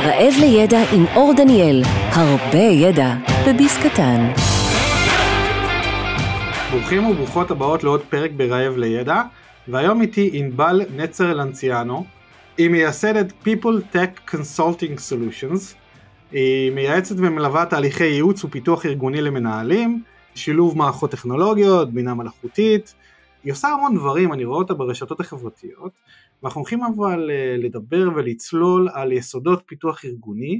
רעב לידע עם אור דניאל, הרבה ידע בביס קטן. ברוכים וברוכות הבאות לעוד פרק ברעב לידע, והיום איתי ענבל נצר לנציאנו, היא מייסדת People Tech Consulting Solutions, היא מייעצת ומלווה תהליכי ייעוץ ופיתוח ארגוני למנהלים, שילוב מערכות טכנולוגיות, בינה מלאכותית, היא עושה המון דברים, אני רואה אותה ברשתות החברתיות, ואנחנו הולכים אבל לדבר ולצלול על יסודות פיתוח ארגוני,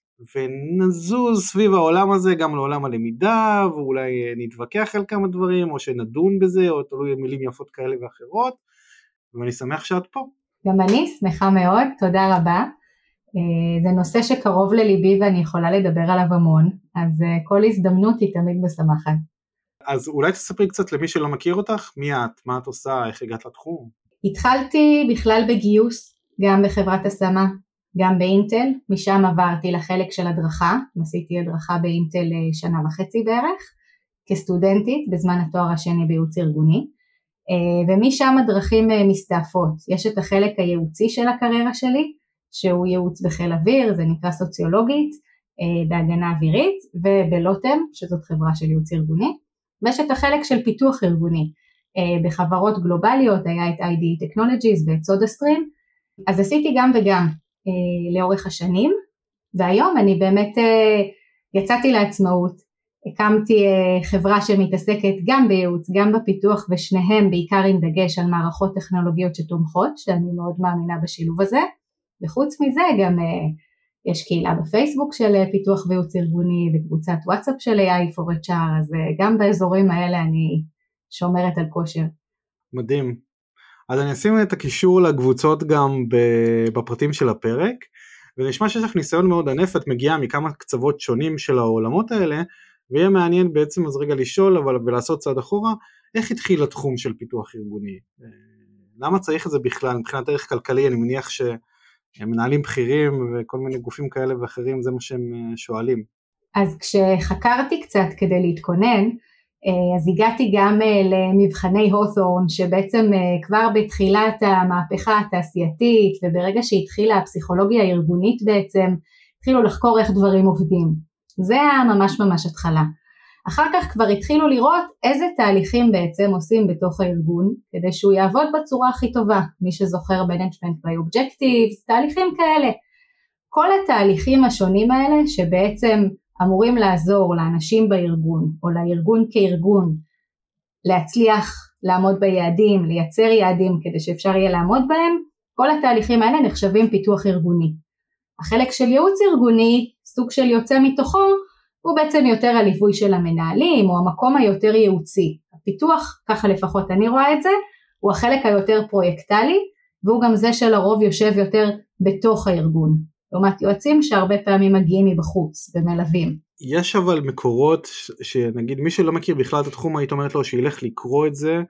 ונזוז סביב העולם הזה גם לעולם הלמידה, ואולי נתווכח על כמה דברים, או שנדון בזה, או תלוי מילים יפות כאלה ואחרות, ואני שמח שאת פה. גם אני שמחה מאוד, תודה רבה. זה נושא שקרוב לליבי ואני יכולה לדבר עליו המון, אז כל הזדמנות היא תמיד משמחת. אז אולי תספרי קצת למי שלא מכיר אותך, מי את, מה את עושה, איך הגעת לתחום? התחלתי בכלל בגיוס, גם בחברת השמה, גם באינטל, משם עברתי לחלק של הדרכה, עשיתי הדרכה באינטל 1.5 שנה בערך, כסטודנטית בזמן התואר השני בייעוץ ארגוני, ומשם הדרכים מסתעפות, יש את החלק הייעוצי של הקריירה שלי, שהוא ייעוץ בחיל אוויר, זה נקרא סוציולוגית, בהגנה אווירית, ובלוטם, שזאת חברה של ייעוץ ארגוני, ויש את החלק של פיתוח ארגוני, בחברות גלובליות, היה את IDE Technologies ואת SodaStream, אז עשיתי גם וגם לאורך השנים, והיום אני באמת יצאתי לעצמאות, הקמתי חברה שמתעסקת גם בייעוץ, גם בפיתוח, ושניהם בעיקר עם דגש על מערכות טכנולוגיות שתומכות, שאני מאוד מאמינה בשילוב הזה, וחוץ מזה גם יש קהילה בפייסבוק של פיתוח וייעוץ ארגוני, וקבוצת וואטסאפ של AI for HR, אז גם באזורים האלה אני שומרת על כושר. מדהים. אז אני אשים את הקישור לקבוצות גם בפרטים של הפרק, ונשמע שיש לך ניסיון מאוד ענף, את מגיעה מכמה קצוות שונים של העולמות האלה, ויהיה מעניין בעצם אז רגע לשאול, ולעשות צעד אחורה, איך התחיל התחום של פיתוח ארגוני? למה צריך את זה בכלל? מבחינת ערך כלכלי, אני מניח שמנהלים בכירים וכל מיני גופים כאלה ואחרים, זה מה שהם שואלים. אז כשחקרתי קצת כדי להתכונן, אז הגעתי גם למבחני הות'ורן, שבעצם כבר בתחילת המהפכה התעשייתית, וברגע שהתחילה הפסיכולוגיה הארגונית בעצם, התחילו לחקור איך דברים עובדים. זה היה ממש התחלה. אחר כך כבר התחילו לראות איזה תהליכים בעצם עושים בתוך הארגון, כדי שהוא יעבוד בצורה הכי טובה, מי שזוכר management by objectives, תהליכים כאלה. כל התהליכים השונים האלה שבעצם אמורים לעזור לאנשים בארגון, או לארגון כארגון, להצליח לעמוד ביעדים, לייצר יעדים כדי שאפשר יהיה לעמוד בהם, כל התהליכים האלה נחשבים פיתוח ארגוני. החלק של ייעוץ ארגוני, סוג של יוצא מתוכו, הוא בעצם יותר הליווי של המנהלים, או המקום היותר ייעוצי. הפיתוח, ככה לפחות אני רואה את זה, הוא החלק היותר פרויקטלי, והוא גם זה שלרוב יושב יותר בתוך הארגון. לעומת יועצים שהרבה פעמים מגיעים מבחוץ ומלווים. יש אבל מקורות שנגיד מי שלא מכיר בכלל את התחום, היית אומרת לו שילך לקרוא את זה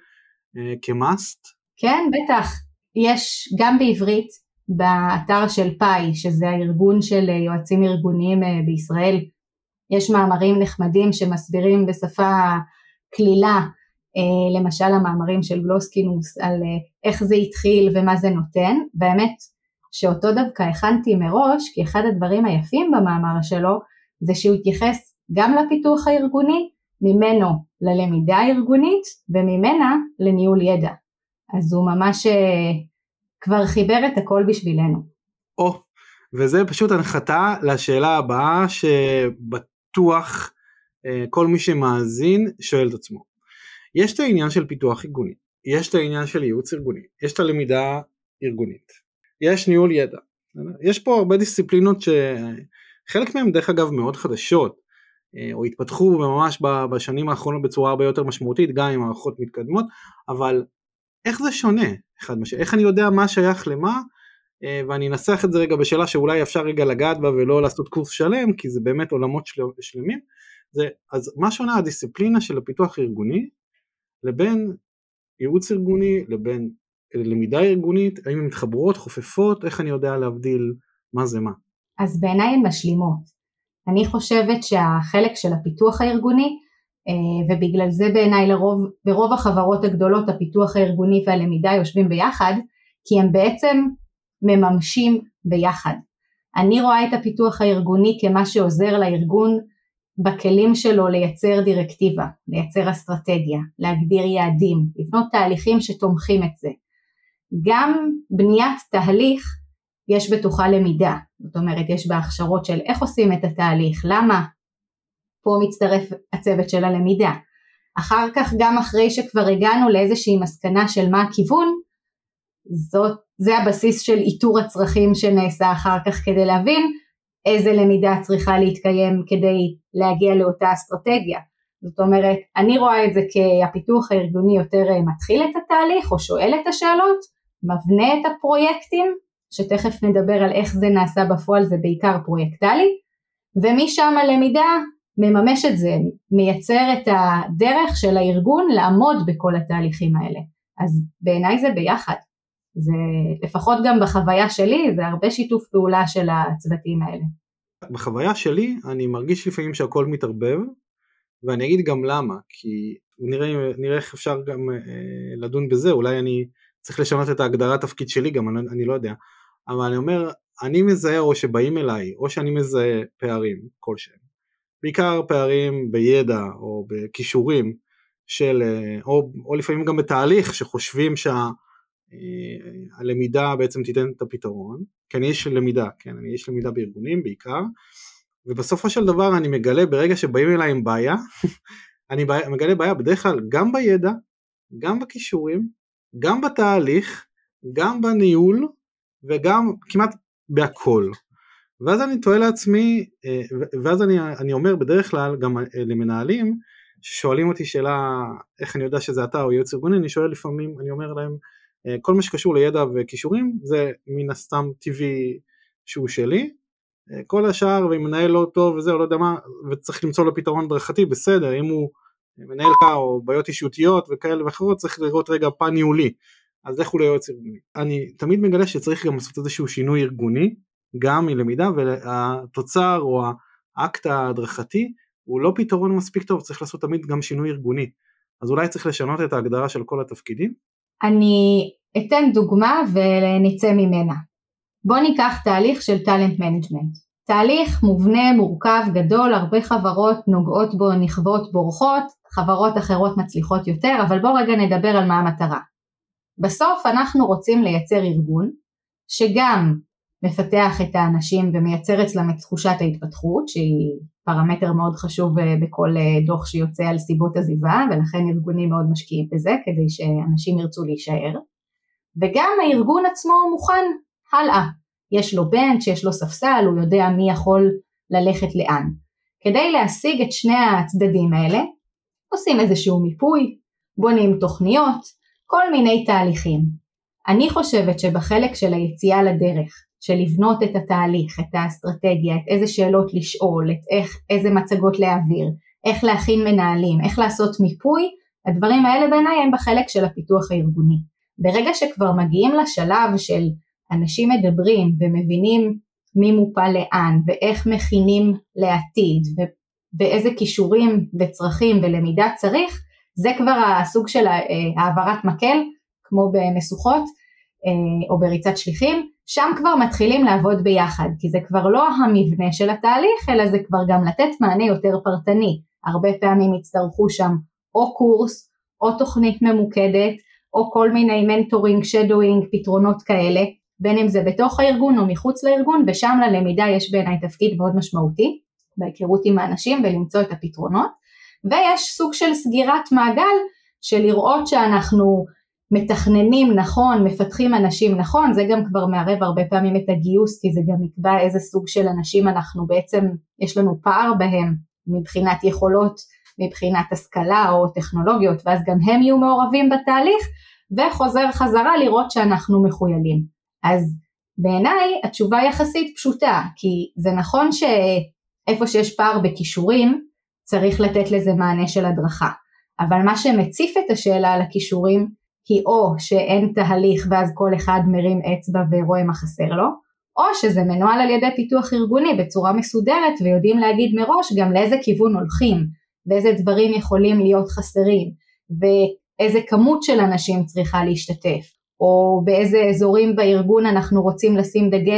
כמאסט? כן, בטח. יש גם בעברית, באתר של פאי, שזה הארגון של יועצים ארגוניים בישראל, יש מאמרים נחמדים שמסבירים בשפה כלילה, למשל המאמרים של גלוסקינוס, על איך זה התחיל ומה זה נותן, והאמת שאותו דווקא הכנתי מראש, כי אחד הדברים היפים במאמר שלו, זה שהוא התייחס גם לפיתוח הארגוני, ממנו ללמידה הארגונית, וממנה לניהול ידע. אז הוא ממש כבר חיבר את הכל בשבילנו. וזה פשוט הנחתה לשאלה הבאה, שבטוח כל מי שמאזין שואל את עצמו. יש את העניין של פיתוח ארגוני, יש את העניין של ייעוץ ארגוני, יש את הלמידה ארגונית. יש ניהול ידע, יש פה הרבה דיסציפלינות שחלק מהם דרך אגב מאוד חדשות, או התפתחו ממש בשנים האחרונות בצורה הרבה יותר משמעותית, גם עם מערכות מתקדמות, אבל איך זה שונה? איך אני יודע מה שייך למה, ואני אנסח את זה רגע בשאלה שאולי אפשר רגע לגעת בה ולא לעשות קורס שלם, כי זה באמת עולמות שלמים, אז מה שונה הדיסציפלינה של הפיתוח הארגוני, לבין ייעוץ ארגוני, לבין למידה ארגונית, האם הן מתחברות, חופפות, איך אני יודע להבדיל מה זה מה? אז בעיניי הן משלימות. אני חושבת שהחלק של הפיתוח הארגוני, ובגלל זה בעיניי ברוב החברות הגדולות הפיתוח הארגוני והלמידה יושבים ביחד, כי הם בעצם מממשים ביחד. אני רואה את הפיתוח הארגוני כמה שעוזר לארגון בכלים שלו לייצר דירקטיבה, לייצר אסטרטגיה, להגדיר יעדים, לבנות תהליכים שתומכים את זה. גם בניית תהליך יש בתוכה למידה, זאת אומרת יש בה הכשרות של איך עושים את התהליך, למה פה מצטרף הצוות של הלמידה. אחר כך גם אחרי שכבר הגענו לאיזושהי מסקנה של מה הכיוון, זה הבסיס של איתור הצרכים שנעשה אחר כך כדי להבין איזה למידה צריכה להתקיים כדי להגיע לאותה אסטרטגיה. זאת אומרת, אני רואה את זה כהפיתוח הארגוני יותר מתחיל את התהליך או שואל את השאלות, מבנה את הפרויקטים, שתכף נדבר על איך זה נעשה בפועל, זה בעיקר פרויקטלי, ומשם הלמידה מממש את זה, מייצר את הדרך של הארגון לעמוד בכל התהליכים האלה. אז בעיניי זה ביחד. זה לפחות גם בחוויה שלי, זה הרבה שיתוף פעולה של הצוותים האלה. בחוויה שלי אני מרגיש לפעמים שהכל מתערבב, ואני אגיד גם למה, כי נראה איך אפשר גם לדון בזה, אולי אני צריך לשנות את ההגדרת תפקיד שלי גם, אני לא יודע, אבל אני אומר, אני מזהה או שבאים אליי, או שאני מזהה פערים כלשהם, בעיקר פערים בידע או בכישורים של, או לפעמים גם בתהליך שחושבים הלמידה בעצם תיתן את הפתרון, כי אני איש למידה, כן, אני איש למידה בארגונים בעיקר, ובסופו של דבר אני מגלה ברגע שבאים אליי עם בעיה, אני מגלה בעיה בדרך כלל גם בידע, גם בכישורים, גם בתהליך, גם בניהול, וגם כמעט בהכל. ואז אני תוהה לעצמי, ואז אני אומר בדרך כלל גם למנהלים, ששואלים אותי שאלה, איך אני יודע שזה אתה או ייעוץ ארגוני, אני שואל לפעמים, אני אומר להם, כל מה שקשור לידע וכישורים, זה מן הסתם טבעי שהוא שלי, כל השאר, ואם מנהל לא טוב וזה, או לא יודע מה, וצריך למצוא לו פתרון דרכתי, בסדר, אם הוא מנהל לך, או בעיות אישיותיות וכאלה ואחרות, צריך לראות רגע פן ניהולי, אז לכו ליועץ ארגוני. אני תמיד מגלה שצריך גם לעשות איזשהו שינוי ארגוני, גם מלמידה, והתוצר או האקט ההדרכתי, הוא לא פתרון מספיק טוב, צריך לעשות תמיד גם שינוי ארגוני, אז אולי צריך לשנות את ההגדרה של כל התפקידים. אני אתן דוגמה ונצא ממנה. בוא ניקח תהליך של טלנט מנג'מנט. תהליך מובנה, מורכב, גדול, הרבה חברות נוגעות בו, נכוות, בורחות, חברות אחרות מצליחות יותר, אבל בוא רגע נדבר על מה המטרה. בסוף אנחנו רוצים לייצר ארגון, שגם מפתח את האנשים ומייצר אצלם את תחושת ההתפתחות, שהיא פרמטר מאוד חשוב בכל דוח שיוצא על סיבות עזיבה, ולכן ארגונים מאוד משקיעים בזה, כדי שאנשים ירצו להישאר. וגם הארגון עצמו מוכן הלאה. יש לו בנץ', יש לו ספסל, הוא יודע מי יכול ללכת לאן. כדי להשיג את שני הצדדים האלה, עושים איזשהו מיפוי, בונים תוכניות, כל מיני תהליכים. אני חושבת שבחלק של היציאה לדרך, של לבנות את התהליך, את האסטרטגיה, את איזה שאלות לשאול, את איזה מצגות להעביר, איך להכין מנהלים, איך לעשות מיפוי, הדברים האלה בעיניי הם בחלק של הפיתוח הארגוני. ברגע שכבר מגיעים לשלב של אנשים מדברים ומבינים מי מופע לאן ואיך מכינים לעתיד ואיזה כישורים וצרכים ולמידה צריך, זה כבר הסוג של העברת מקל, כמו במשוכות או בריצת שליחים, שם כבר מתחילים לעבוד ביחד, כי זה כבר לא המבנה של התהליך, אלא זה כבר גם לתת מענה יותר פרטני. הרבה פעמים יצטרכו שם או קורס, או תוכנית ממוקדת, או כל מיני מנטורינג, שדואינג, פתרונות כאלה, בין אם זה בתוך הארגון או מחוץ לארגון, ושם ללמידה יש בעיניי תפקיד מאוד משמעותי, בהיכרות עם האנשים ולמצוא את הפתרונות, ויש סוג של סגירת מעגל, של לראות שאנחנו מתכננים נכון, מפתחים אנשים נכון, זה גם כבר מערב הרבה פעמים את הגיוס, כי זה גם יקבע איזה סוג של אנשים אנחנו בעצם, יש לנו פער בהם, מבחינת יכולות, מבחינת השכלה או טכנולוגיות, ואז גם הם יהיו מעורבים בתהליך, וחוזר חזרה לראות שאנחנו מחוילים. אז בעיניי התשובה יחסית פשוטה, כי זה נכון שאיפה שיש פער בכישורים, צריך לתת לזה מענה של הדרכה, אבל מה שמציף את השאלה על הכישורים, היא או שאין תהליך ואז כל אחד מרים אצבע ורואה מה חסר לו, או שזה מנוהל על ידי פיתוח ארגוני בצורה מסודרת, ויודעים להגיד מראש גם לאיזה כיוון הולכים, ואיזה דברים יכולים להיות חסרים, ואיזה כמות של אנשים צריכה להשתתף, או באיזה אזורים בארגון אנחנו רוצים לשים דגש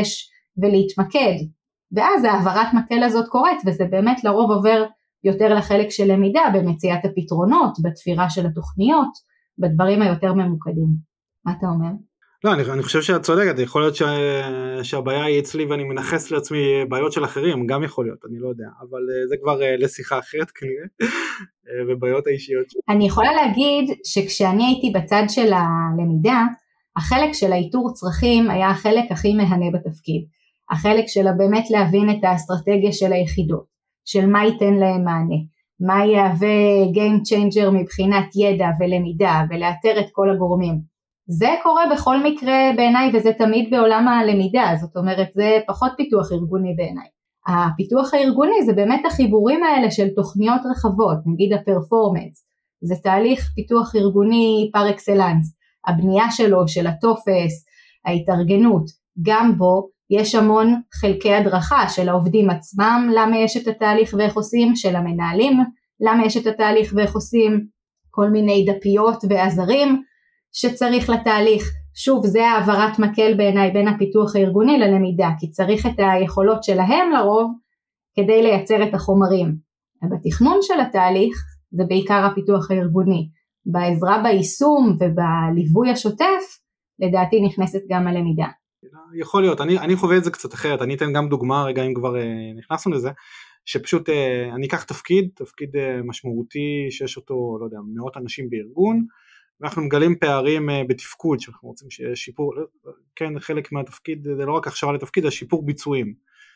ולהתמקד, ואז העברת מקל הזאת קורית, וזה באמת לרוב עובר יותר לחלק של למידה, במציאת הפתרונות, בתפירה של התוכניות, בדברים היותר ממוקדים. מה אתה אומר? לא, אני חושב שאת צודקת, יכול להיות שהבעיה היא אצלי ואני מנחס לעצמי בעיות של אחרים, גם יכול להיות, אני לא יודע, אבל זה כבר לשיחה אחרת כנראה, ובעיות האישיות. אני יכולה להגיד שכשאני הייתי בצד של הלמידה, החלק של האיתור צרכים היה החלק הכי מהנה בתפקיד, החלק של באמת להבין את האסטרטגיה של היחידות, של מה ייתן להם מענה, מה יהווה game changer מבחינת ידע ולמידה, ולאתר את כל הגורמים. זה קורה בכל מקרה בעיניי, וזה תמיד בעולם הלמידה, זאת אומרת זה פחות פיתוח ארגוני בעיניי. הפיתוח הארגוני זה באמת החיבורים האלה של תוכניות רחבות, נגיד הפרפורמנס, זה תהליך פיתוח ארגוני פר אקסלנס, הבנייה שלו, של הטופס, ההתארגנות, גם בו יש המון חלקי הדרכה של העובדים עצמם, למה יש את התהליך ואיך עושים, של המנהלים, למה יש את התהליך ואיך עושים, כל מיני דפיות ועזרים שצריך לתהליך. שוב, זה העברת מקל בעיניי בין הפיתוח הארגוני ללמידה, כי צריך את היכולות שלהם לרוב כדי לייצר את החומרים. בתכנון של התהליך זה בעיקר הפיתוח הארגוני, בעזרה ביישום ובליווי השוטף לדעתי נכנסת גם הלמידה. יכול להיות, אני חווה את זה קצת אחרת, אני אתן גם דוגמה רגע אם כבר נכנסנו לזה, שפשוט אני אקח תפקיד משמעותי שיש אותו, לא יודע, מאות אנשים בארגון, ואנחנו מגלים פערים בתפקוד, שאנחנו רוצים שיפור, כן, חלק מהתפקיד, זה לא רק הכשרה לתפקיד, זה שיפור ביצועים,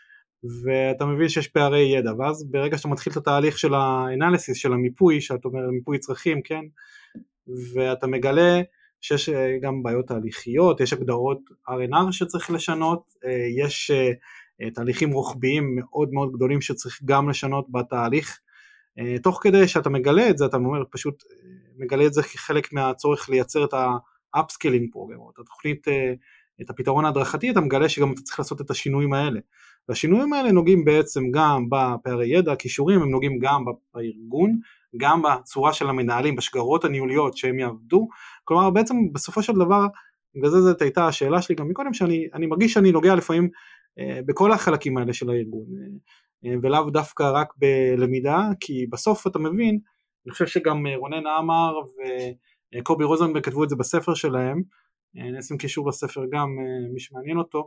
ואתה מבין שיש פערי ידע, ואז ברגע שאתה מתחיל את התהליך של האנליסיס, של המיפוי, שאת אומר מיפוי צרכים, כן, ואתה מגלה שיש גם בעיות תהליכיות, יש הגדרות R&R שצריך לשנות, יש תהליכים רוחביים מאוד מאוד גדולים שצריך גם לשנות בתהליך, תוך כדי שאתה מגלה את זה, אתה אומר פשוט מגלה את זה כחלק מהצורך לייצר את ה-upskilling program, או את התוכנית, את הפתרון ההדרכתי, אתה מגלה שגם אתה צריך לעשות את השינויים האלה, והשינויים האלה נוגעים בעצם גם בפערי ידע, הכישורים הם נוגעים גם בארגון, גם בצורה של המנהלים, בשגרות הניהוליות שהם יעבדו, כלומר בעצם בסופו של דבר, בגלל זה זאת הייתה השאלה שלי גם מקודם, שאני מרגיש שאני נוגע לפעמים בכל החלקים האלה של הארגון, ולאו דווקא רק בלמידה, כי בסוף אתה מבין, אני חושב שגם רונן עמר וקובי רוזנברג כתבו את זה בספר שלהם, נשים קישור לספר גם מי שמעניין אותו,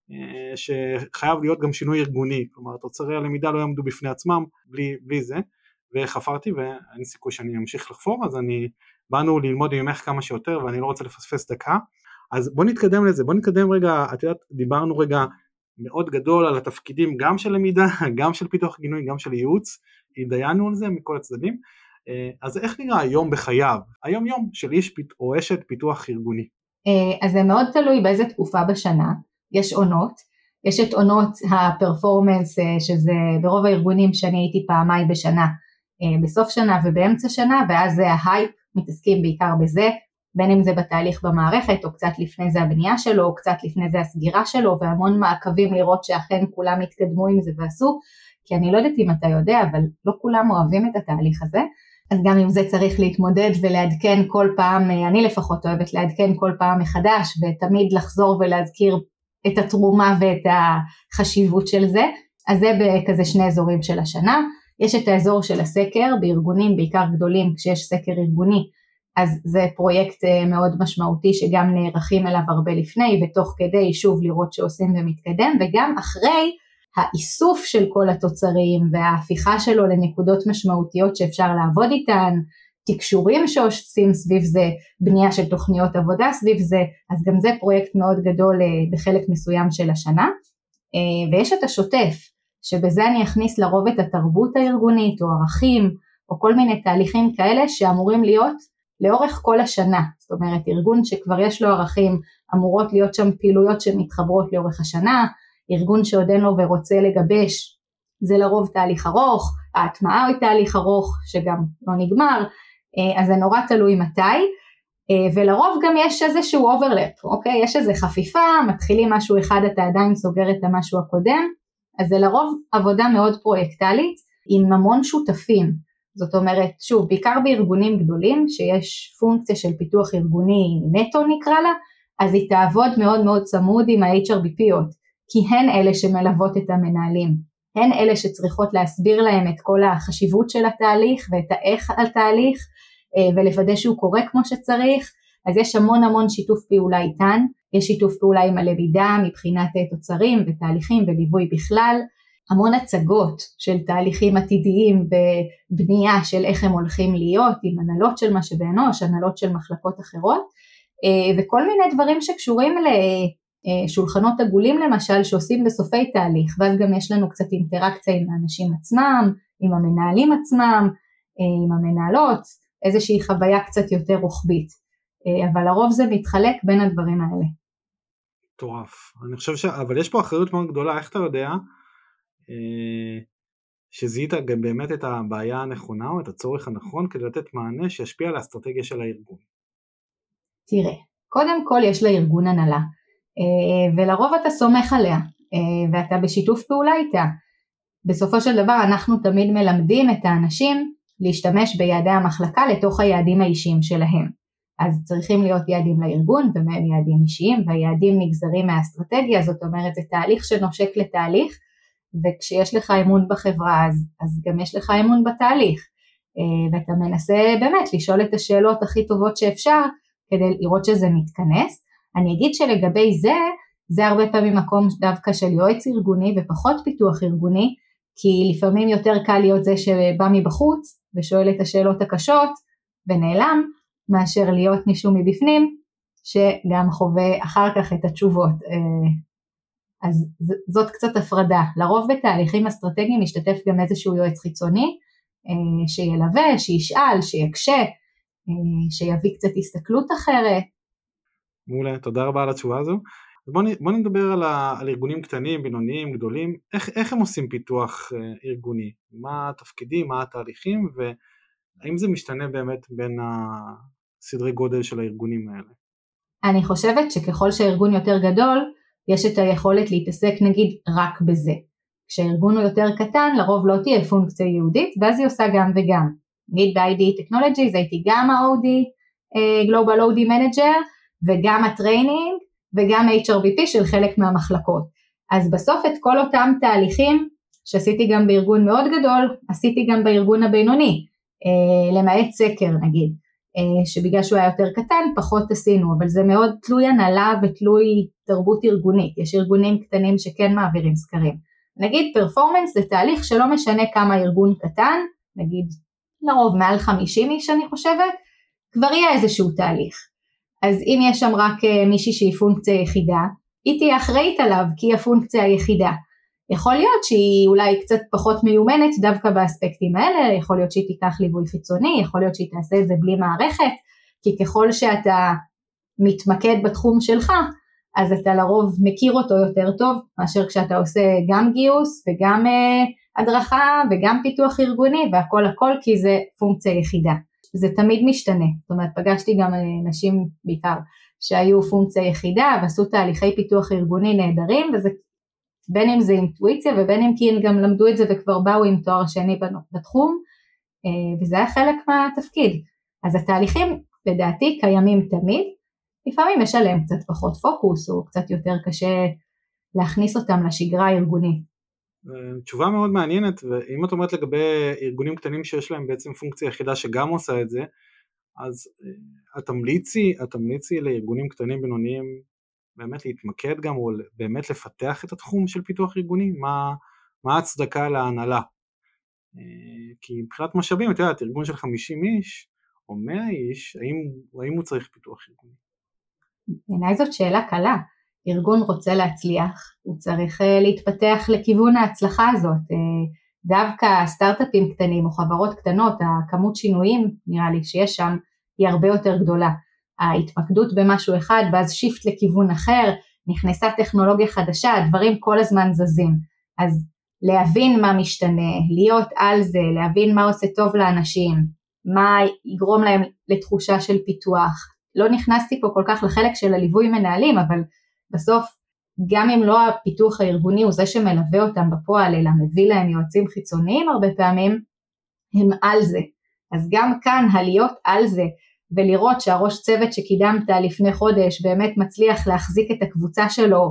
שחייב להיות גם שינוי ארגוני, כלומר תוצרי הלמידה לא יעמדו בפני עצמם בלי זה, וחפרתי ואין סיכוי שאני אמשיך לחפור, אז באנו ללמוד ממך כמה שיותר ואני לא רוצה לפספס דקה, אז בוא נתקדם לזה, בוא נתקדם רגע, את יודעת, דיברנו רגע מאוד גדול על התפקידים גם של למידה, גם של פיתוח גינוי, גם של ייעוץ, התדיינו על זה מכל הצדדים, אז איך נראה היום בחייו, היום יום של איש או אשת פיתוח ארגוני? אז זה מאוד תלוי באיזה תקופה בשנה, יש עונות, יש את עונות הפרפורמנס, שזה ברוב הארגונים שאני הייתי פעמיים בשנה, בסוף שנה ובאמצע שנה, ואז זה ההייפ, מתעסקים בעיקר בזה, בין אם זה בתהליך במערכת, או קצת לפני זה הבנייה שלו, או קצת לפני זה הסגירה שלו, והמון מעקבים לראות שאכן כולם התקדמו עם זה ועשו, כי אני לא יודעת אם אתה יודע, אבל לא כולם אוהבים את התהליך הזה, אז גם עם זה צריך להתמודד ולעדכן כל פעם, אני לפחות אוהבת לעדכן כל פעם מחדש, ותמיד לחזור ולהזכיר את התרומה ואת החשיבות של זה, אז זה בכזה שני אזורים של השנה, יש את האזור של הסקר, בארגונים בעיקר גדולים, כשיש סקר ארגוני, אז זה פרויקט מאוד משמעותי שגם נערכים אליו הרבה לפני, ותוך כדי שוב לראות שעושים ומתקדם, וגם אחרי האיסוף של כל התוצרים, וההפיכה שלו לנקודות משמעותיות שאפשר לעבוד איתן, תקשורים שעושים סביב זה, בנייה של תוכניות עבודה סביב זה, אז גם זה פרויקט מאוד גדול בחלק מסוים של השנה, ויש את השוטף, שבזה אני אכניס לרוב את התרבות הארגונית, או ערכים, או כל מיני תהליכים כאלה שאמורים להיות לאורך כל השנה, זאת אומרת ארגון שכבר יש לו ערכים, אמורות להיות שם פעילויות שמתחברות לאורך השנה, ארגון שעוד אין לו ורוצה לגבש, זה לרוב תהליך ארוך, ההטמעה היא תהליך ארוך שגם לא נגמר, אז זה נורא תלוי מתי, ולרוב גם יש איזשהו אוברלפ, אוקיי? יש איזו חפיפה, מתחילים משהו אחד, אתה עדיין סוגר את המשהו הקודם, אז זה לרוב עבודה מאוד פרויקטלית, עם המון שותפים, זאת אומרת, שוב, בעיקר בארגונים גדולים, שיש פונקציה של פיתוח ארגוני נטו נקרא לה, אז היא תעבוד מאוד מאוד צמוד עם ה-HRBPיות, כי הן אלה שמלוות את המנהלים, הן אלה שצריכות להסביר להם את כל החשיבות של התהליך ואת האיך על תהליך, ולוודא שהוא קורה כמו שצריך. אז יש המון שיתוף פעולה איתן, יש שיתוף פעולה עם הלמידה מבחינת תוצרים ותהליכים וליווי בכלל, המון הצגות של תהליכים עתידיים בבנייה של איך הם הולכים להיות, עם הנהלות של משאבי אנוש, הנהלות של מחלקות אחרות, וכל מיני דברים שקשורים לשולחנות עגולים למשל, שעושים בסופי תהליך, ואז גם יש לנו קצת אינטראקציה עם האנשים עצמם, עם המנהלים עצמם, עם המנהלות, איזושהי חוויה קצת יותר רוחבית, אבל לרוב זה מתחלק בין הדברים האלה. מטורף. אני חושב אבל יש פה אחריות מאוד גדולה. איך אתה יודע שזיהית גם באמת את הבעיה הנכונה או את הצורך הנכון כדי לתת מענה שישפיע על האסטרטגיה של הארגון? תראה, קודם כל יש לארגון הנהלה, ולרוב אתה סומך עליה, ואתה בשיתוף פעולה איתה. בסופו של דבר אנחנו תמיד מלמדים את האנשים להשתמש ביעדי המחלקה לתוך היעדים האישיים שלהם. אז צריכים להיות יעדים לארגון ומהם יעדים אישיים, והיעדים נגזרים מהאסטרטגיה, זאת אומרת זה תהליך שנושק לתהליך, וכשיש לך אמון בחברה אז גם יש לך אמון בתהליך, ואתה מנסה באמת לשאול את השאלות הכי טובות שאפשר, כדי לראות שזה מתכנס. אני אגיד שלגבי זה הרבה פעמים מקום דווקא של יועץ ארגוני ופחות פיתוח ארגוני, כי לפעמים יותר קל להיות זה שבא מבחוץ ושואל את השאלות הקשות ונעלם, מאשר להיות מישהו מבפנים שגם חווה אחר כך את התשובות. אז זאת קצת הפרדה. לרוב בתהליכים אסטרטגיים משתתף גם איזשהו יועץ חיצוני, שילווה, שישאל, שיקשה, שיביא קצת הסתכלות אחרת. מעולה, תודה רבה על התשובה הזו. בוא נדבר על ארגונים קטנים, בינוניים, גדולים. איך הם עושים פיתוח ארגוני? מה התפקידים, מה התהליכים, והאם זה משתנה באמת בין הסדרי גודל של הארגונים האלה? אני חושבת שככל שהארגון יותר גדול, יש את היכולת להתעסק נגיד רק בזה. כשהארגון הוא יותר קטן, לרוב לא תהיה פונקציה ייעודית, ואז היא עושה גם וגם. נגיד ב-ID Technologies הייתי גם ה-OD, Global OD Manager, וגם הטריינינג, וגם HRBP של חלק מהמחלקות. אז בסוף את כל אותם תהליכים, שעשיתי גם בארגון מאוד גדול, עשיתי גם בארגון הבינוני, למעט סקר נגיד, שבגלל שהוא היה יותר קטן, פחות עשינו, אבל זה מאוד תלוי הנהלה ותלוי תרבות ארגונית. יש ארגונים קטנים שכן מעבירים סקרים. נגיד פרפורמנס זה תהליך שלא משנה כמה ארגון קטן, נגיד לרוב מעל 50 איש אני חושבת, כבר יהיה איזשהו תהליך. אז אם יש שם רק מישהי שהיא פונקציה יחידה, היא תהיה אחראית עליו כי היא הפונקציה היחידה. יכול להיות שהיא אולי קצת פחות מיומנת דווקא באספקטים האלה, יכול להיות שהיא תיקח ליווי חיצוני, יכול להיות שהיא תעשה את זה בלי מערכת, כי ככל שאתה מתמקד בתחום שלך, אז אתה לרוב מכיר אותו יותר טוב, מאשר כשאתה עושה גם גיוס וגם הדרכה וגם פיתוח ארגוני והכל כי זה פונקציה יחידה. זה תמיד משתנה, זאת אומרת פגשתי גם נשים בעיקר שהיו פונקציה יחידה ועשו תהליכי פיתוח ארגוני נהדרים, וזה בין אם זה אינטואיציה ובין אם כי הם גם למדו את זה וכבר באו עם תואר שני בתחום, וזה היה חלק מהתפקיד. אז התהליכים לדעתי קיימים תמיד, לפעמים יש עליהם קצת פחות פוקוס או קצת יותר קשה להכניס אותם לשגרה הארגונית. תשובה מאוד מעניינת, ואם את אומרת לגבי ארגונים קטנים שיש להם בעצם פונקציה יחידה שגם עושה את זה, אז התמליצי לארגונים קטנים בינוניים באמת להתמקד גם או באמת לפתח את התחום של פיתוח ארגוני? מה ההצדקה להנהלה? כי מבחינת משאבים, אתה יודעת, ארגון של 50 איש או 100 איש, האם הוא צריך פיתוח ארגוני? בעיניי זאת שאלה קלה. ארגון רוצה להצליח, הוא צריך להתפתח לכיוון ההצלחה הזאת. דווקא סטארט-אפים קטנים או חברות קטנות, הכמות שינויים נראה לי שיש שם היא הרבה יותר גדולה. ההתמקדות במשהו אחד ואז שיפט לכיוון אחר, נכנסה טכנולוגיה חדשה, הדברים כל הזמן זזים. אז להבין מה משתנה, להיות על זה, להבין מה עושה טוב לאנשים, מה יגרום להם לתחושה של פיתוח. לא נכנסתי פה כל כך לחלק של הליווי מנהלים, אבל בסוף גם אם לא הפיתוח הארגוני הוא זה שמלווה אותם בפועל, אלא מביא להם יועצים חיצוניים הרבה פעמים, הם על זה. אז גם כאן הלהיות על זה, ולראות שהראש צוות שקידמת לפני חודש באמת מצליח להחזיק את הקבוצה שלו,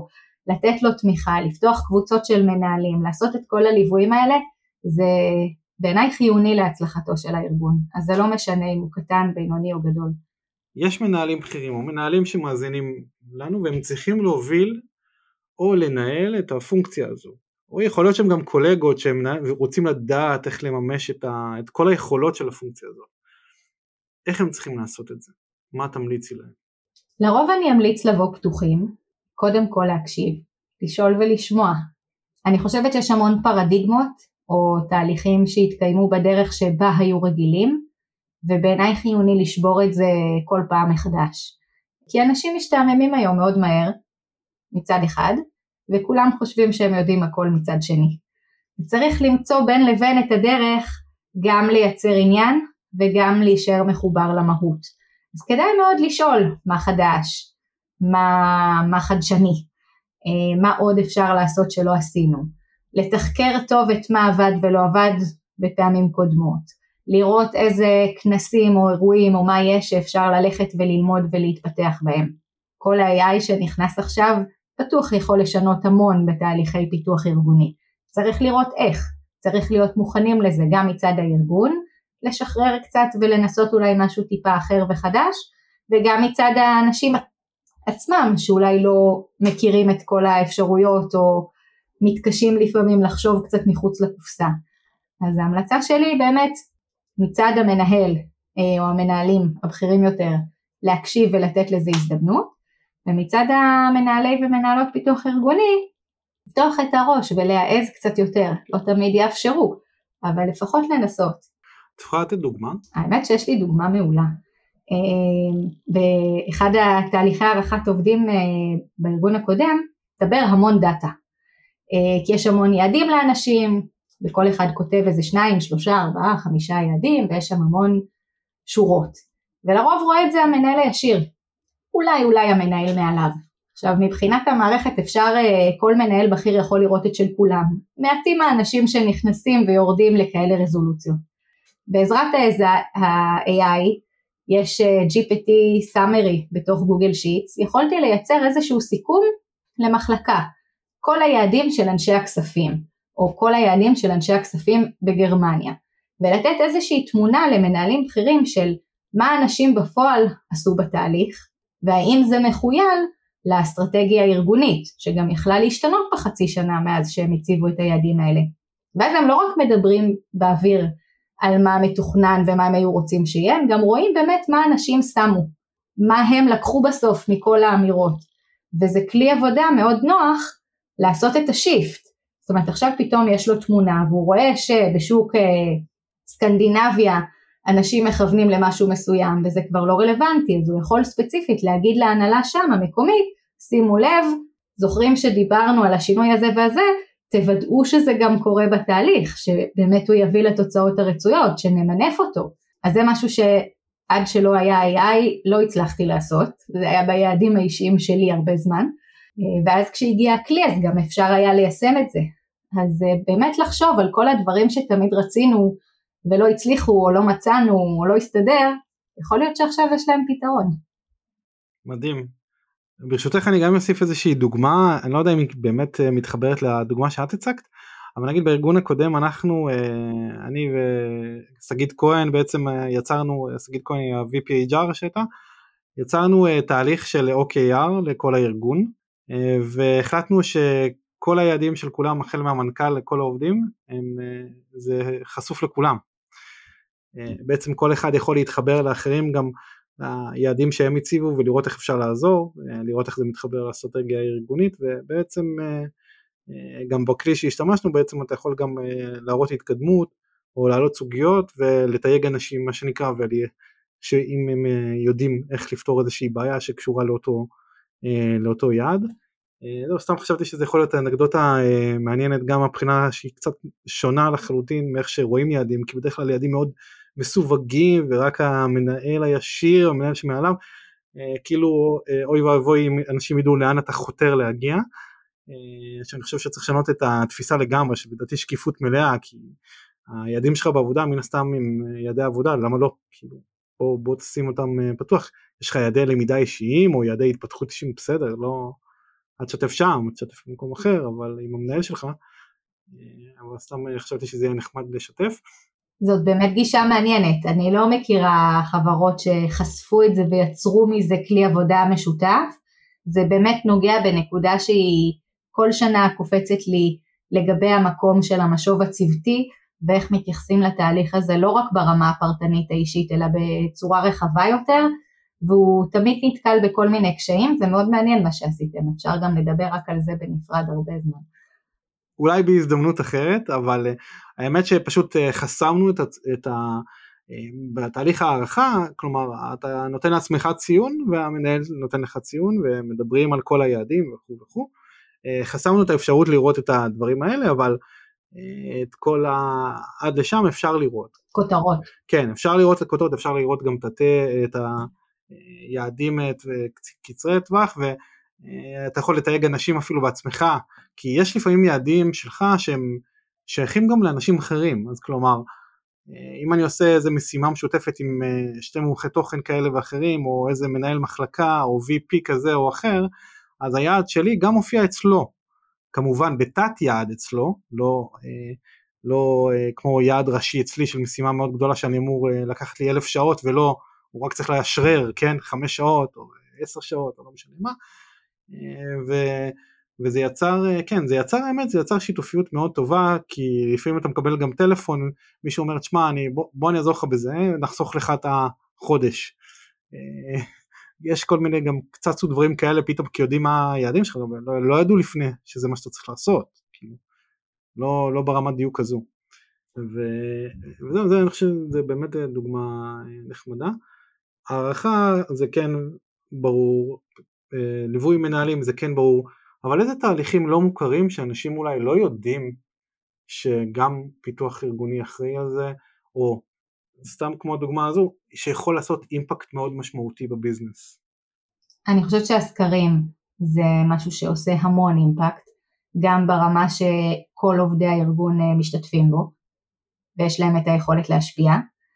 לתת לו תמיכה, לפתוח קבוצות של מנהלים, לעשות את כל הליוויים האלה, זה בעיניי חיוני להצלחתו של הארגון. אז זה לא משנה אם הוא קטן, בינוני או גדול. יש מנהלים בכירים או מנהלים שמאזינים לנו, והם צריכים להוביל או לנהל את הפונקציה הזו. או יכול להיות שהם גם קולגות שהם רוצים לדעת איך לממש את כל היכולות של הפונקציה הזו. איך הם צריכים לעשות את זה? מה תמליצי להם? לרוב אני אמליץ לבוא פתוחים, קודם כל להקשיב, לשאול ולשמוע. אני חושבת שיש המון פרדיגמות או תהליכים שהתקיימו בדרך שבה היו רגילים, ובעיניי חיוני לשבור את זה כל פעם מחדש. כי אנשים משתעממים היום מאוד מהר, מצד אחד, וכולם חושבים שהם יודעים הכל מצד שני. צריך למצוא בין לבין את הדרך, גם לייצר עניין, וגם להישאר מחובר למהות. אז כדאי מאוד לשאול מה חדש, מה חדשני, מה עוד אפשר לעשות שלא עשינו, לתחקר טוב את מה עבד ולא עבד בפעמים קודמות, לראות איזה כנסים או אירועים או מה יש שאפשר ללכת וללמוד ולהתפתח בהם. כל ה-AI שנכנס עכשיו פתוח יכול לשנות המון בתהליכי פיתוח ארגוני. צריך לראות איך, צריך להיות מוכנים לזה גם מצד הארגון, לשחרר קצת ולנסות אולי משהו טיפה אחר וחדש, וגם מצד האנשים עצמם שאולי לא מכירים את כל האפשרויות או מתקשים לפעמים לחשוב קצת מחוץ לקופסה. אז ההמלצה שלי באמת מצד המנהל או המנהלים הבכירים יותר להקשיב ולתת לזה הזדמנות, ומצד המנהלי ומנהלות פיתוח ארגוני לפתוח את הראש ולהעז קצת יותר, לא תמיד יאפשרו, אבל לפחות לנסות. תוכל לתת דוגמה? האמת שיש לי דוגמה מעולה. באחד התהליכי הערכת עובדים בארגון הקודם, דבר המון דאטה. כי יש המון יעדים לאנשים, וכל אחד כותב איזה 2, 3, 4, 5 יעדים, ויש שם המון שורות. ולרוב רואה את זה המנהל הישיר. אולי המנהל מעליו. עכשיו מבחינת המערכת אפשר, כל מנהל בכיר יכול לראות את של כולם. מעטים האנשים שנכנסים ויורדים לכאלה רזולוציות. בעזרת ה-AI יש GPT summary בתוך גוגל שיטס, יכולתי לייצר איזשהו סיכום למחלקה, כל היעדים של אנשי הכספים, או כל היעדים של אנשי הכספים בגרמניה, ולתת איזושהי תמונה למנהלים בכירים של מה אנשים בפועל עשו בתהליך, והאם זה מחויל לאסטרטגיה הארגונית, שגם יכלה להשתנות בחצי שנה מאז שהם הציבו את היעדים האלה. ואז הם לא רק מדברים באוויר, על מה מתוכנן ומה הם היו רוצים שיהיה, הם גם רואים באמת מה אנשים שמו, מה הם לקחו בסוף מכל האמירות, וזה כלי עבודה מאוד נוח לעשות את השיפט, זאת אומרת עכשיו פתאום יש לו תמונה, והוא רואה שבשוק סקנדינביה אנשים מכוונים למשהו מסוים, וזה כבר לא רלוונטי, אז הוא יכול ספציפית להגיד להנהלה שם המקומית, שימו לב, זוכרים שדיברנו על השינוי הזה והזה, תוודאו שזה גם קורה בתהליך, שבאמת הוא יביא לתוצאות הרצויות, שנמנף אותו. אז זה משהו שעד שלא היה AI לא הצלחתי לעשות, זה היה ביעדים האישיים שלי הרבה זמן, ואז כשהגיע הכלי אז גם אפשר היה ליישם את זה. אז באמת לחשוב על כל הדברים שתמיד רצינו ולא הצליחו או לא מצאנו או לא הסתדר, יכול להיות שעכשיו יש להם פתרון. מדהים. ברשותך אני גם אוסיף איזושהי דוגמה, אני לא יודע אם היא באמת מתחברת לדוגמה שאת הצגת, אבל נגיד בארגון הקודם אנחנו, אני וסגית כהן בעצם יצרנו, סגית כהן היא ה-VP HR שהייתה, יצרנו תהליך של OKR לכל הארגון, והחלטנו שכל היעדים של כולם, החל מהמנכ"ל לכל העובדים, זה חשוף לכולם. בעצם כל אחד יכול להתחבר לאחרים גם, היעדים שהם הציבו ולראות איך אפשר לעזור, לראות איך זה מתחבר לאסטרטגיה הארגונית, ובעצם גם בכלי שהשתמשנו בעצם אתה יכול גם להראות התקדמות או להעלות סוגיות ולתייג אנשים מה שנקרא, שאם הם יודעים איך לפתור איזושהי בעיה שקשורה לאותו יעד. לא, סתם חשבתי שזה יכול להיות אנקדוטה מעניינת גם מבחינה שהיא קצת שונה לחלוטין מאיך שרואים יעדים, כי בדרך כלל יעדים מאוד מסווגים ורק המנהל הישיר, המנהל שמעליו, כאילו אוי ואבוי אם אנשים ידעו לאן אתה חותר להגיע, שאני חושב שצריך לשנות את התפיסה לגמרי, שבדעתי שקיפות מלאה, כי היעדים שלך בעבודה מן הסתם עם יעדי עבודה, למה לא? כאילו, בוא תשים אותם פתוח, יש לך יעדי למידה אישיים או יעדי התפתחות אישיים, בסדר, לא, תשתף שם, תשתף במקום אחר, אבל עם המנהל שלך, אבל סתם חשבתי שזה יהיה נחמד לשתף. זאת באמת גישה מעניינת, אני לא מכירה חברות שחשפו את זה ויצרו מזה כלי עבודה משותף, זה באמת נוגע בנקודה שהיא כל שנה קופצת לי לגבי המקום של המשוב הצוותי, ואיך מתייחסים לתהליך הזה לא רק ברמה הפרטנית האישית, אלא בצורה רחבה יותר, והוא תמיד נתקל בכל מיני קשיים, זה מאוד מעניין מה שעשיתם, אפשר גם לדבר רק על זה בנפרד הרבה זמן. אולי בהזדמנות אחרת, אבל האמת שפשוט חסמנו בתהליך הערכה, כלומר אתה נותן לעצמך ציון, והמנהל נותן לך ציון, ומדברים על כל היעדים וכו' וכו'. חסמנו את האפשרות לראות את הדברים האלה, אבל את כל עד לשם אפשר לראות. כותרות. כן, אפשר לראות את הכותרות, אפשר לראות גם את היעדים קצרי טווח, ואתה יכול לתייג אנשים אפילו בעצמך, כי יש לפעמים יעדים שלך שהם שייכים גם לאנשים אחרים, אז כלומר, אם אני עושה איזה משימה משותפת עם שתי מומחי תוכן כאלה ואחרים, או איזה מנהל מחלקה, או VP כזה או אחר, אז היעד שלי גם מופיע אצלו, כמובן בתת יעד אצלו, לא כמו יעד ראשי אצלי של משימה מאוד גדולה, שאני אמור לקחת לי 1,000 שעות, ולא, הוא רק צריך להשרר, כן, 5 שעות, או 10 שעות, או לא משנה מה, וזה יצר, כן, זה יצר שיתופיות מאוד טובה, כי לפעמים אתה מקבל גם טלפון, מישהו אומר, תשמע, בוא אני אעזור לך בזה, נחסוך לך את החודש. יש כל מיני גם קצת דברים כאלה, פתאום כי יודעים מה היעדים שלך, לא ידעו לפני שזה מה שאתה צריך לעשות, כאילו, לא ברמת דיוק כזו. וזהו, אני חושב שזה באמת דוגמה נחמדה. הערכה זה כן ברור, ליווי מנהלים זה כן ברור, אבל איזה תהליכים לא מוכרים שאנשים אולי לא יודעים שגם פיתוח ארגוני אחראי על זה, או סתם כמו הדוגמה הזו, שיכול לעשות אימפקט מאוד משמעותי בביזנס. אני חושבת שהסקרים זה משהו שעושה המון אימפקט, גם ברמה שכל עובדי הארגון משתתפים בו, ויש להם את היכולת להשפיע,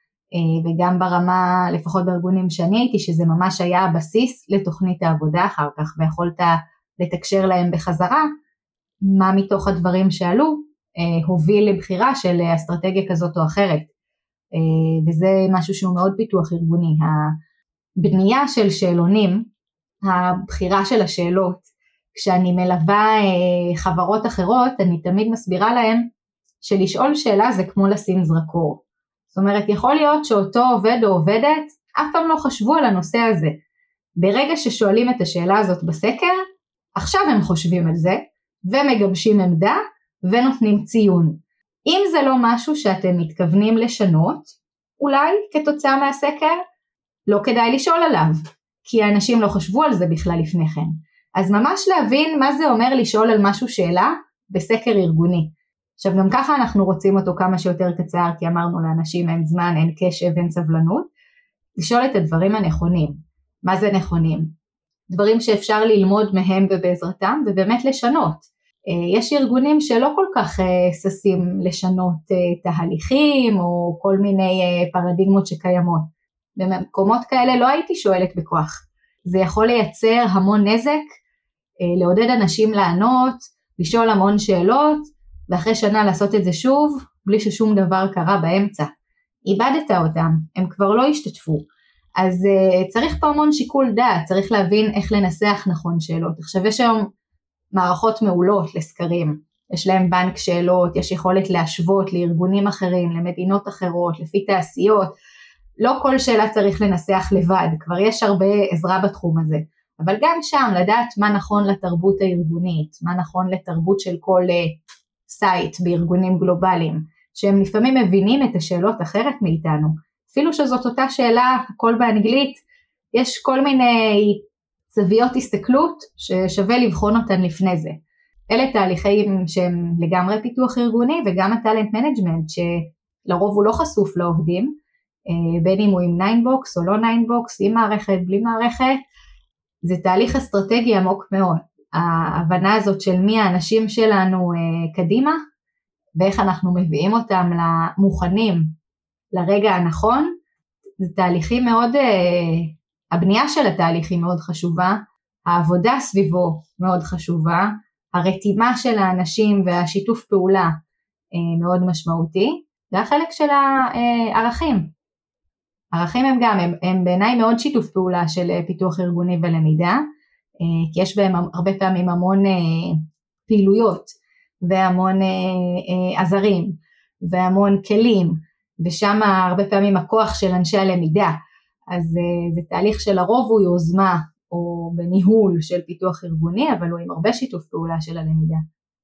וגם ברמה, לפחות בארגונים שאני הייתי, שזה ממש היה הבסיס לתוכנית העבודה אחר כך, ויכולת לתקשר להם בחזרה, מה מתוך הדברים שעלו, הוביל לבחירה של אסטרטגיה כזאת או אחרת, וזה משהו שהוא מאוד פיתוח ארגוני. הבנייה של שאלונים, הבחירה של השאלות, כשאני מלווה חברות אחרות, אני תמיד מסבירה להם, שלשאול שאלה זה כמו לשים זרקור. זאת אומרת, יכול להיות שאותו עובד או עובדת, אף פעם לא חשבו על הנושא הזה. ברגע ששואלים את השאלה הזאת בסקר, עכשיו הם חושבים על זה, ומגבשים עמדה, ונותנים ציון. אם זה לא משהו שאתם מתכוונים לשנות, אולי כתוצאה מהסקר, לא כדאי לשאול עליו, כי האנשים לא חשבו על זה בכלל לפני כן. אז ממש להבין מה זה אומר לשאול על משהו שאלה, בסקר ארגוני. עכשיו גם ככה אנחנו רוצים אותו כמה שיותר קצר, כי אמרנו לאנשים אין זמן, אין קשב, אין סבלנות, לשאול את הדברים הנכונים. מה זה נכונים? דברים שאפשר ללמוד מהם ובעזרתם, ובאמת לשנות. יש ארגונים שלא כל כך ששים לשנות תהליכים, או כל מיני פרדיגמות שקיימות. במקומות כאלה לא הייתי שואלת בכוח. זה יכול לייצר המון נזק, לעודד אנשים לענות, לשאול המון שאלות, ואחרי שנה לעשות את זה שוב, בלי ששום דבר קרה באמצע. איבדת אותם, הם כבר לא השתתפו. אז צריך פה המון שיקול דעת, צריך להבין איך לנסח נכון שאלות. עכשיו יש היום מערכות מעולות לסקרים, יש להם בנק שאלות, יש יכולת להשוות לארגונים אחרים, למדינות אחרות, לפי תעשיות, לא כל שאלה צריך לנסח לבד, כבר יש הרבה עזרה בתחום הזה, אבל גם שם לדעת מה נכון לתרבות הארגונית, מה נכון לתרבות של כל סייט בארגונים גלובליים, שהם לפעמים מבינים את השאלות אחרת מאיתנו, אפילו שזאת אותה שאלה, הכל באנגלית, יש כל מיני צוויות הסתכלות ששווה לבחון אותן לפני זה. אלה תהליכים שהם לגמרי פיתוח ארגוני, וגם הטלנט מנג'מנט, שלרוב הוא לא חשוף לעובדים, בין אם הוא עם 9box או לא 9box, עם מערכת, בלי מערכת, זה תהליך אסטרטגי עמוק מאוד. ההבנה הזאת של מי האנשים שלנו קדימה, ואיך אנחנו מביאים אותם למוכנים לרגע הנכון, זה תהליכים מאוד, הבנייה של התהליך היא מאוד חשובה, העבודה סביבו מאוד חשובה, הרתימה של האנשים והשיתוף פעולה מאוד משמעותי, והחלק של הערכים. ערכים הם גם, הם בעיניי מאוד שיתוף פעולה של פיתוח ארגוני ולמידה, כי יש בהם הרבה פעמים המון פעילויות, והמון עזרים, והמון כלים, ושם הרבה פעמים הכוח של אנשי הלמידה, אז זה תהליך שלרוב הוא יוזמה, או בניהול של פיתוח ארגוני, אבל הוא עם הרבה שיתוף פעולה של הלמידה.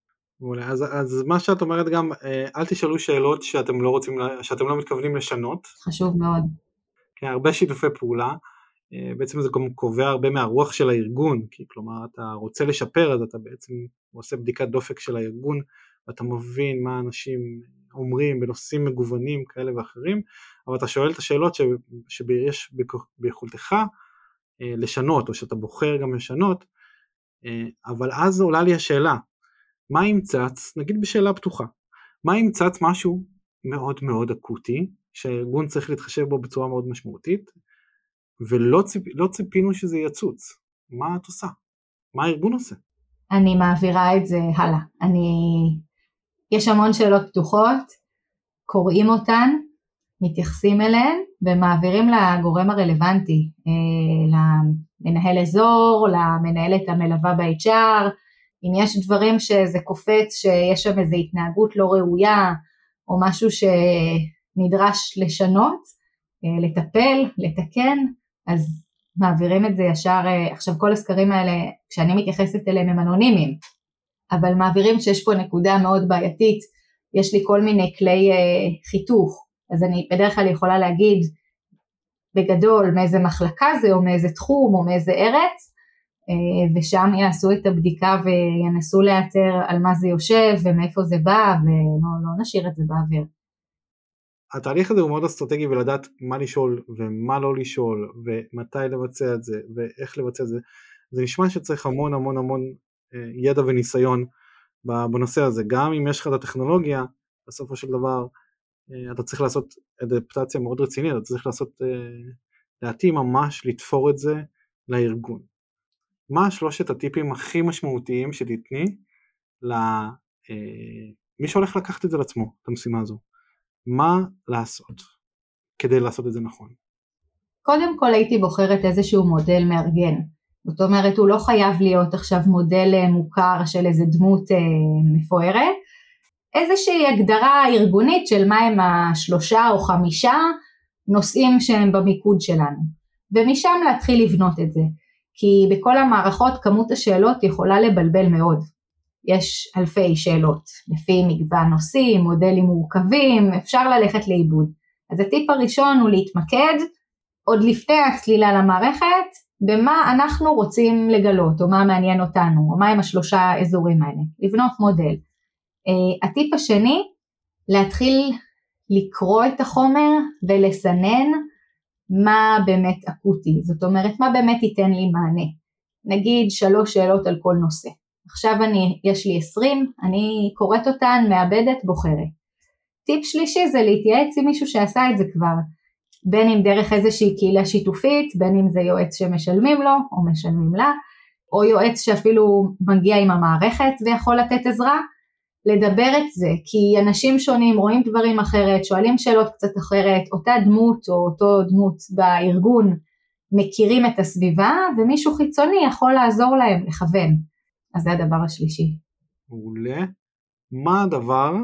אז מה שאת אומרת גם, אל תשאלו שאלות שאתם לא מתכוונים לשנות. חשוב מאוד. כן, הרבה שיתופי פעולה, בעצם זה גם קובע הרבה מהרוח של הארגון, כי כלומר אתה רוצה לשפר, אז אתה בעצם עושה בדיקת דופק של הארגון, ואתה מבין מה אנשים אומרים בנושאים מגוונים כאלה ואחרים, אבל אתה שואל את השאלות שיש ביכולתך לשנות, או שאתה בוחר גם לשנות, אבל אז עולה לי השאלה, מה אם צץ, נגיד בשאלה פתוחה, מה אם צץ משהו מאוד מאוד אקוטי, שהארגון צריך להתחשב בו בצורה מאוד משמעותית, ולא ציפינו שזה יצוץ, מה את עושה? מה הארגון עושה? אני מעבירה את זה הלאה, יש המון שאלות פתוחות, קוראים אותן, מתייחסים אליהן, ומעבירים לגורם הרלוונטי, למנהל אזור, למנהלת המלווה ב-HR, אם יש דברים שזה קופץ, שיש שם איזו התנהגות לא ראויה, או משהו שנדרש לשנות, לטפל, לתקן, אז מעבירים את זה ישר. עכשיו כל הסקרים האלה, כשאני מתייחסת אליהם הם אנונימיים, אבל מעבירים שיש פה נקודה מאוד בעייתית, יש לי כל מיני כלי חיתוך, אז אני בדרך כלל יכולה להגיד בגדול מאיזה מחלקה זה, או מאיזה תחום, או מאיזה ארץ, ושם יעשו את הבדיקה וינסו לאתר על מה זה יושב, ומאיפה זה בא, ולא נשאיר את זה באוויר. התהליך הזה הוא מאוד אסטרטגי, ולדעת מה לשאול ומה לא לשאול, ומתי לבצע את זה, ואיך לבצע את זה. זה נשמע שצריך המון המון המון ידע וניסיון בנושא הזה. גם אם יש לך את הטכנולוגיה, בסופו של דבר, אתה צריך לעשות אדפטציה מאוד רצינית, אתה צריך להתאים ממש, לתפור את זה לארגון. מה שלושת הטיפים הכי משמעותיים שתתני למי שהולך לקחת את זה לעצמו, את המשימה הזו? מה לעשות כדי לעשות את זה נכון? קודם כל הייתי בוחרת איזשהו מודל מארגן, זאת אומרת הוא לא חייב להיות עכשיו מודל מוכר של איזה דמות מפוארת, איזושהי הגדרה ארגונית של מה הם 3 או 5 נושאים שהם במיקוד שלנו, ומשם להתחיל לבנות את זה, כי בכל המערכות כמות השאלות יכולה לבלבל מאוד, יש אלפי שאלות, לפי מגוון נושאים, מודלים מורכבים, אפשר ללכת לאיבוד. אז הטיפ הראשון הוא להתמקד, עוד לפני הצלילה למערכת, במה אנחנו רוצים לגלות, או מה מעניין אותנו, או מה הם 3 האזורים האלה, לבנות מודל. הטיפ השני, להתחיל לקרוא את החומר ולסנן מה באמת אקוטי, זאת אומרת מה באמת ייתן לי מענה. נגיד 3 שאלות על כל נושא. עכשיו יש לי 20, אני קוראת אותן, מאבדת, בוחרת. טיפ שלישי זה להתייעץ עם מישהו שעשה את זה כבר, בין אם דרך איזושהי קהילה שיתופית, בין אם זה יועץ שמשלמים לו או משלמים לה, או יועץ שאפילו מגיע עם המערכת ויכול לתת עזרה, לדבר את זה, כי אנשים שונים רואים דברים אחרת, שואלים שאלות קצת אחרת, אותה דמות או אותו דמות בארגון מכירים את הסביבה, ומישהו חיצוני יכול לעזור להם לכוון. אז זה הדבר השלישי. מעולה. מה הדבר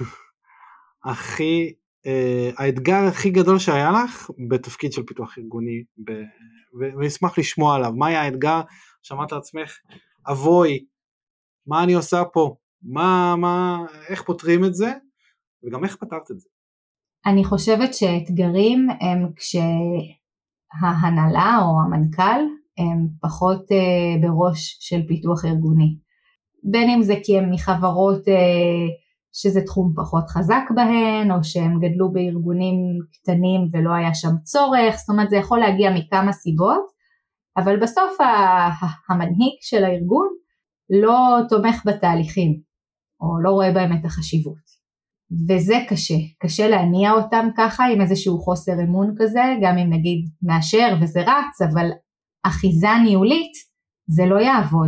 האתגר הכי גדול שהיה לך בתפקיד של פיתוח ארגוני, ונשמח לשמוע עליו, מה היה האתגר? שמעת לעצמך, אבוי, מה אני עושה פה? איך פותרים את זה? וגם איך פתרת את זה? אני חושבת שהאתגרים הם כשההנהלה או המנכ"ל הם פחות בראש של פיתוח ארגוני. בין אם זה כי הם מחברות שזה תחום פחות חזק בהן, או שהם גדלו בארגונים קטנים ולא היה שם צורך, זאת אומרת זה יכול להגיע מכמה סיבות, אבל בסוף המנהיג של הארגון לא תומך בתהליכים, או לא רואה בהם את החשיבות. וזה קשה להניע אותם ככה עם איזשהו חוסר אמון כזה, גם אם נגיד מאשר וזה רץ, אבל אחיזה ניהולית זה לא יעבוד.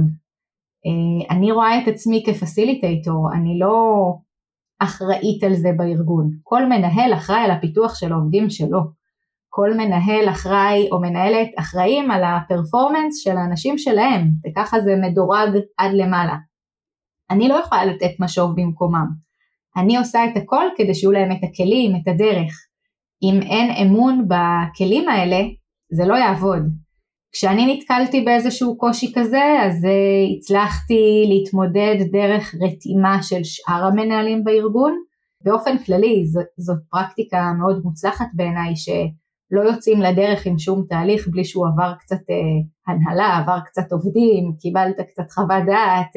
אני רואה את עצמי כפסיליטייטור, אני לא אחראית על זה בארגון. כל מנהל אחראי על הפיתוח של העובדים שלו. כל מנהל אחראי או מנהלת אחראים על הפרפורמנס של האנשים שלהם, וככה זה מדורג עד למעלה. אני לא יכולה לתת משוב במקומם. אני עושה את הכל כדי שיהיו להם את הכלים, את הדרך. אם אין אמון בכלים האלה, זה לא יעבוד. כשאני נתקלתי באיזשהו קושי כזה, אז הצלחתי להתמודד דרך רתימה של שאר המנהלים בארגון. באופן כללי, זאת פרקטיקה מאוד מוצלחת בעיניי, שלא יוצאים לדרך עם שום תהליך, בלי שהוא עבר קצת הנהלה, עבר קצת עובדים, קיבלת קצת חוות דעת,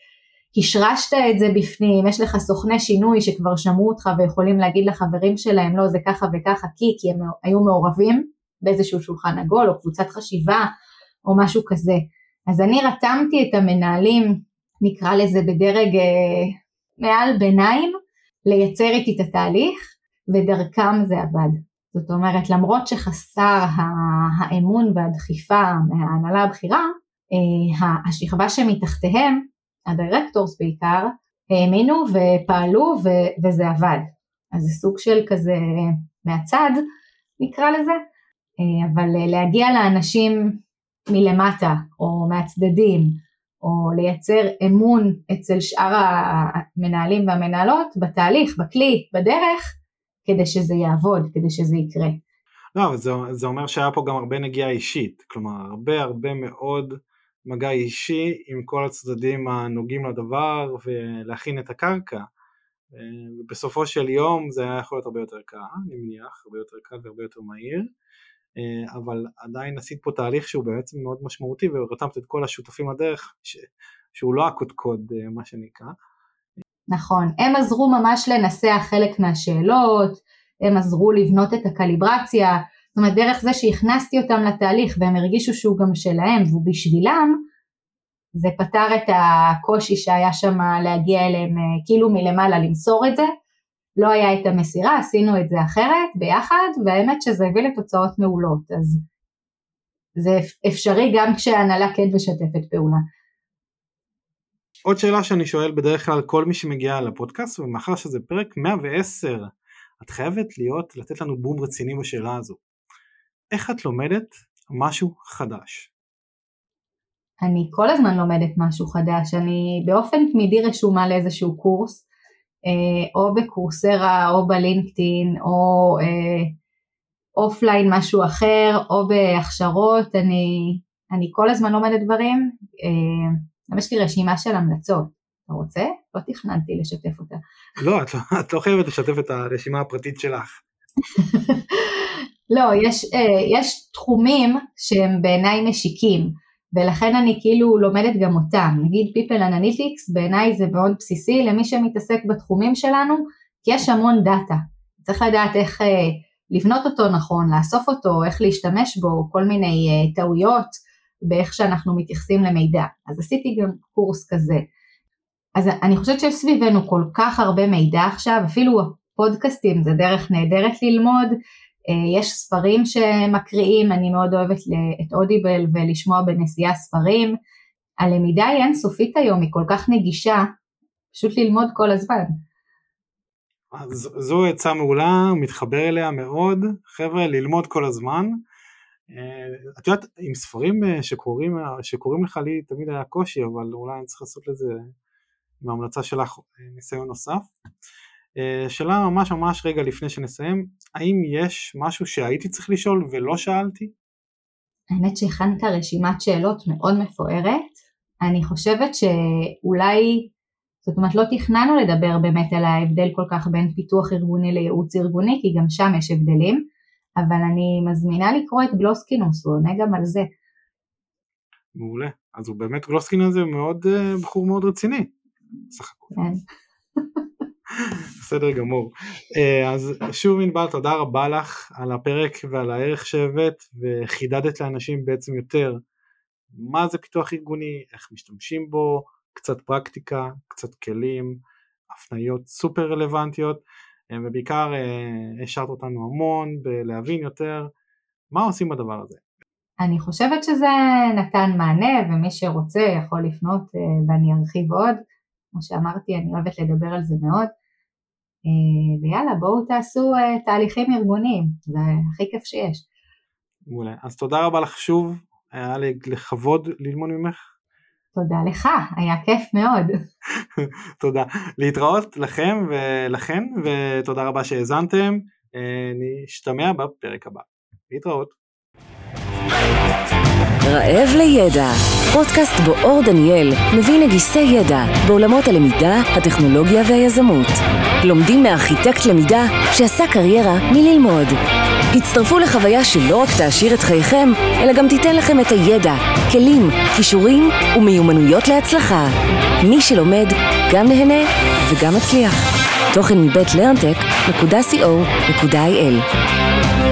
השרשת את זה בפנים, יש לך סוכני שינוי שכבר שמעו אותך ויכולים להגיד לחברים שלהם, לא זה ככה וככה, כי הם היו מעורבים באיזשהו שולחן עגול או קבוצת חשיבה או משהו כזה. אז אני רתמתי את המנהלים, נקרא לזה בדרג מעל ביניים, לייצר איתי את התהליך, ודרכם זה עבד. זאת אומרת, למרות שחסר האמון והדחיפה מההנהלה הבכירה, השכבה שמתחתיהם, הדירקטורס בעיקר, האמינו ופעלו וזה עבד. אז זה סוג של כזה מהצד, נקרא לזה, אבל להגיע לאנשים מלמטה או מהצדדים, או לייצר אמון אצל שאר המנהלים והמנהלות בתהליך, בכלי, בדרך, כדי שזה יעבוד, כדי שזה יקרה. לא, אבל זה אומר שהיה פה גם הרבה נגיעה אישית, כלומר הרבה מאוד מגע אישי עם כל הצדדים הנוגעים לדבר ולהכין את הקרקע. בסופו של יום זה היה יכול להיות הרבה יותר קל, אני מניח, הרבה יותר קל והרבה יותר מהיר, אבל עדיין עשית פה תהליך שהוא בעצם מאוד משמעותי, ורתמת את כל השותפים לדרך, שהוא לא הקודקוד מה שנקרא. נכון, הם עזרו ממש לנסח חלק מהשאלות, הם עזרו לבנות את הקליברציה, זאת אומרת דרך זה שהכנסתי אותם לתהליך והם הרגישו שהוא גם שלהם והוא בשבילם, זה פתר את הקושי שהיה שם להגיע אליהם כאילו מלמעלה למסור את זה, לא היה את המסירה, עשינו את זה אחרת ביחד, והאמת שזה הביא לתוצאות מעולות, אז זה אפשרי גם כשההנהלה כן משתפת פעולה. עוד שאלה שאני שואל בדרך כלל כל מי שמגיע לפודקאסט, ומאחר שזה פרק 110, את חייבת לתת לנו בום רציני בשאלה הזו. איך את לומדת משהו חדש? אני כל הזמן לומדת משהו חדש, אני באופן תמידי רשומה לאיזשהו קורס, או בקורסרה, או בלינקדאין, או אופליין משהו אחר, או בהכשרות, אני כל הזמן לומדת דברים, יש לי רשימה של המלצות, אתה רוצה? לא תכננתי לשתף אותה. לא, את לא חייבת לשתף את הרשימה הפרטית שלך. לא, יש תחומים שהם בעיניי משיקים, ולכן אני כאילו לומדת גם אותם, נגיד People Analytics, בעיניי זה מאוד בסיסי למי שמתעסק בתחומים שלנו, כי יש המון דאטה, צריך לדעת איך לבנות אותו נכון, לאסוף אותו, איך להשתמש בו, כל מיני טעויות, באיך שאנחנו מתייחסים למידע, אז עשיתי גם קורס כזה, אז אני חושבת שיש סביבנו כל כך הרבה מידע עכשיו, אפילו פודקאסטים זה דרך נהדרת ללמוד, יש ספרים שמקריאים, אני מאוד אוהבת את אודיבל ולשמוע בנסיעה ספרים, הלמידה היא אינסופית היום, היא כל כך נגישה, פשוט ללמוד כל הזמן. אז זו עצה מעולה, מתחבר אליה מאוד, חבר'ה, ללמוד כל הזמן. את יודעת, עם ספרים שקוראים לך לי תמיד היה קושי, אבל אולי אני צריך לעשות לזה עם ההמלצה שלך ניסיון נוסף. שאלה ממש רגע לפני שנסיים, האם יש משהו שהייתי צריך לשאול ולא שאלתי? האמת שהכנת רשימת שאלות מאוד מפוארת, אני חושבת שאולי, זאת אומרת לא תכננו לדבר באמת על ההבדל כל כך בין פיתוח ארגוני לייעוץ ארגוני, כי גם שם יש הבדלים, אבל אני מזמינה לקרוא את גלוסקינוס, הוא עונה גם על זה. מעולה, אז הוא באמת גלוסקינוס זה מאוד, בחור מאוד רציני. כן. בסדר גמור. אז שוב ענבל, תודה רבה לך על הפרק ועל הערך שהבאת, וחידדת לאנשים בעצם יותר מה זה פיתוח ארגוני, איך משתמשים בו, קצת פרקטיקה, קצת כלים, הפניות סופר רלוונטיות, ובעיקר השארת אותנו המון בלהבין יותר מה עושים בדבר הזה. אני חושבת שזה נתן מענה, ומי שרוצה יכול לפנות ואני ארחיב עוד. כמו שאמרתי, אני אוהבת לדבר על זה מאוד. ויאללה, בואו תעשו תהליכים ארגוניים, זה הכי כיף שיש. מעולה. אז תודה רבה לך שוב, היה לי לכבוד ללמוד ממך. תודה לך, היה כיף מאוד. תודה. להתראות לכם ולכן, ותודה רבה שהאזנתם. נשתמע בפרק הבא. להתראות. רעב לידע, פודקאסט בו אור דניאל מביא נגיסי ידע בעולמות הלמידה, הטכנולוגיה והיזמות. לומדים מארכיטקט למידה שעשה קריירה מללמוד. הצטרפו לחוויה שלא רק תעשיר את חייכם, אלא גם תיתן לכם את הידע, כלים, כישורים ומיומנויות להצלחה. מי שלומד גם נהנה וגם מצליח. תוכן מבית learntech.co.il